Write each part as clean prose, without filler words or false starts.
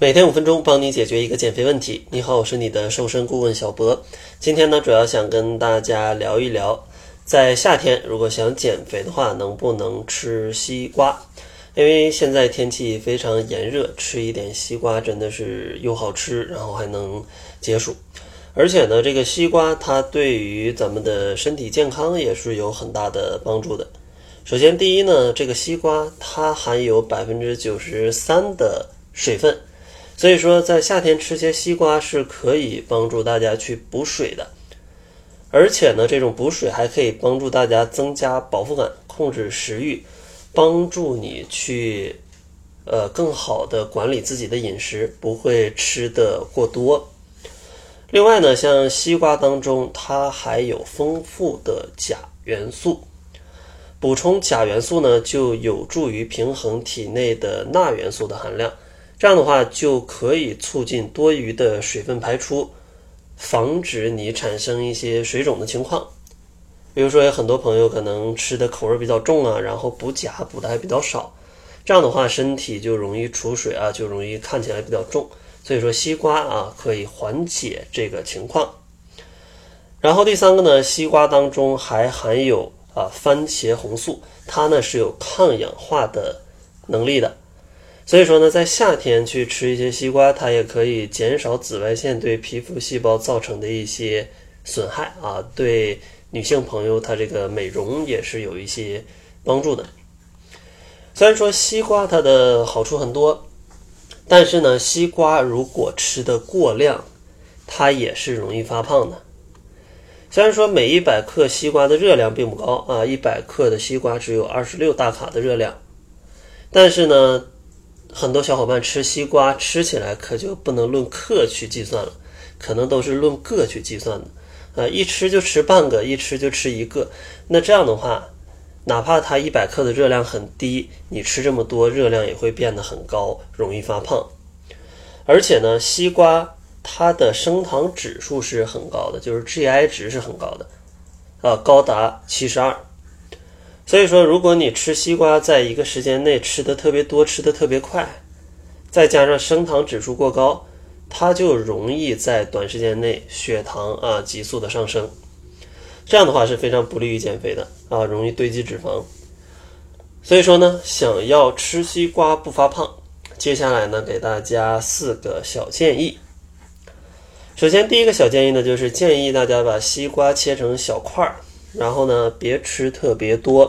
每天5分钟帮你解决一个减肥问题。你好，我是你的瘦身顾问小博。今天呢，主要想跟大家聊一聊，在夏天如果想减肥的话，能不能吃西瓜？因为现在天气非常炎热，吃一点西瓜真的是又好吃，然后还能解暑。而且呢，这个西瓜它对于咱们的身体健康也是有很大的帮助的。首先第一呢，这个西瓜它含有93%的水分，所以说在夏天吃些西瓜是可以帮助大家去补水的。而且呢，这种补水还可以帮助大家增加饱腹感，控制食欲，帮助你去更好的管理自己的饮食，不会吃得过多。另外呢，像西瓜当中它还有丰富的钾元素，补充钾元素呢就有助于平衡体内的钠元素的含量，这样的话就可以促进多余的水分排出，防止你产生一些水肿的情况。比如说有很多朋友可能吃的口味比较重啊，然后补钾补的还比较少，这样的话身体就容易储水啊，就容易看起来比较重。所以说西瓜啊可以缓解这个情况。然后第三个呢，西瓜当中还含有番茄红素，它呢是有抗氧化的能力的。所以说呢，在夏天去吃一些西瓜，它也可以减少紫外线对皮肤细胞造成的一些损害啊，对女性朋友她这个美容也是有一些帮助的。虽然说西瓜它的好处很多，但是呢，西瓜如果吃的过量，它也是容易发胖的。虽然说每100克西瓜的热量并不高啊，100克的西瓜只有26大卡的热量，但是呢，很多小伙伴吃西瓜吃起来可就不能论克去计算了，可能都是论个去计算的，一吃就吃半个，一吃就吃一个。那这样的话，哪怕它100克的热量很低，你吃这么多，热量也会变得很高，容易发胖。而且呢，西瓜它的升糖指数是很高的，就是 GI 值是很高的，高达72。所以说如果你吃西瓜在一个时间内吃的特别多，吃的特别快，再加上升糖指数过高，它就容易在短时间内血糖急速的上升。这样的话是非常不利于减肥的容易堆积脂肪。所以说呢，想要吃西瓜不发胖，接下来呢给大家4个小建议。首先第一个小建议呢，就是建议大家把西瓜切成小块，然后呢别吃特别多，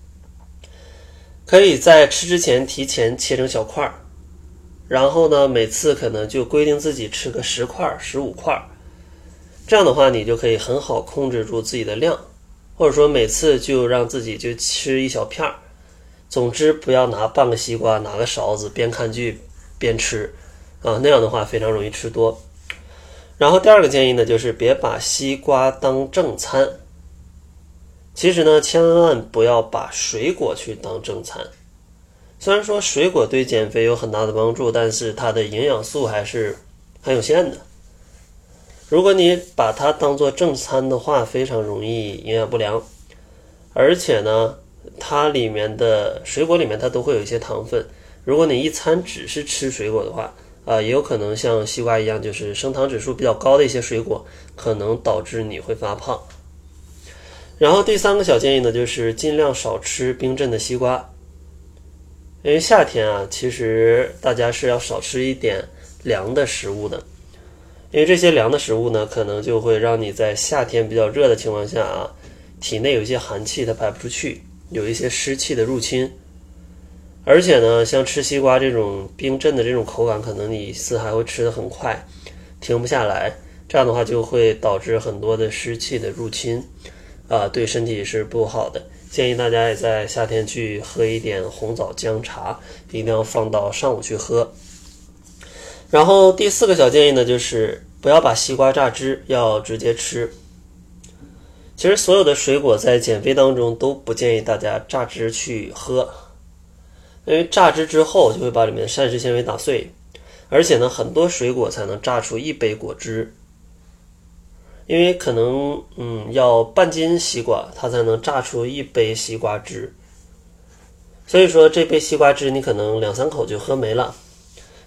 可以在吃之前提前切成小块，然后呢每次可能就规定自己吃个10块15块，这样的话你就可以很好控制住自己的量，或者说每次就让自己就吃一小片，总之不要拿半个西瓜，拿个勺子边看剧边吃那样的话非常容易吃多。然后第二个建议呢，就是别把西瓜当正餐。其实呢，千万不要把水果去当正餐。虽然说水果对减肥有很大的帮助，但是它的营养素还是很有限的。如果你把它当做正餐的话，非常容易营养不良。而且呢，它里面的水果里面它都会有一些糖分，如果你一餐只是吃水果的话也有可能像西瓜一样，就是升糖指数比较高的一些水果，可能导致你会发胖。然后第三个小建议呢，就是尽量少吃冰镇的西瓜。因为夏天其实大家是要少吃一点凉的食物的，因为这些凉的食物呢，可能就会让你在夏天比较热的情况下体内有一些寒气它排不出去，有一些湿气的入侵。而且呢，像吃西瓜这种冰镇的这种口感，可能你一次还会吃得很快，停不下来，这样的话就会导致很多的湿气的入侵对身体是不好的。建议大家也在夏天去喝一点红枣姜茶，一定要放到上午去喝。然后第4个小建议呢，就是不要把西瓜榨汁，要直接吃。其实所有的水果在减肥当中都不建议大家榨汁去喝，因为榨汁之后就会把里面的膳食纤维打碎，而且呢很多水果才能榨出1杯果汁，因为可能要半斤西瓜它才能榨出1杯西瓜汁，所以说这杯西瓜汁你可能2-3口就喝没了。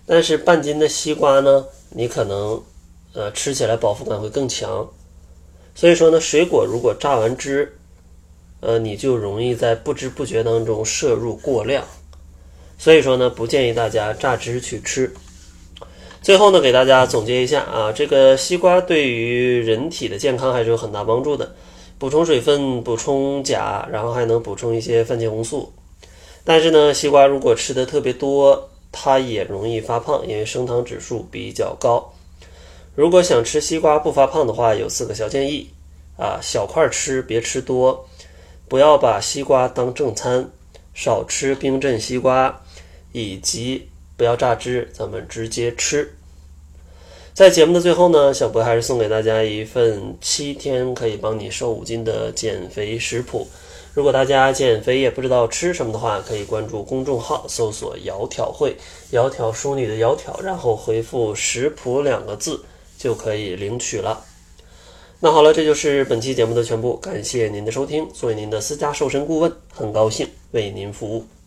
但是半斤的西瓜呢，你可能吃起来饱腹感会更强。所以说呢，水果如果榨完汁，你就容易在不知不觉当中摄入过量。所以说呢，不建议大家榨汁去吃。最后呢，给大家总结一下啊，这个西瓜对于人体的健康还是有很大帮助的，补充水分，补充钾，然后还能补充一些番茄红素。但是呢，西瓜如果吃的特别多，它也容易发胖，因为升糖指数比较高。如果想吃西瓜不发胖的话，有4个小建议啊：小块吃，别吃多，不要把西瓜当正餐，少吃冰镇西瓜，以及不要榨汁，咱们直接吃。在节目的最后呢，小博还是送给大家一份7天可以帮你瘦5斤的减肥食谱。如果大家减肥也不知道吃什么的话，可以关注公众号，搜索窈窕会，窈窕淑女的窈窕，然后回复食谱2个字就可以领取了。那好了，这就是本期节目的全部，感谢您的收听。作为您的私家瘦身顾问，很高兴为您服务。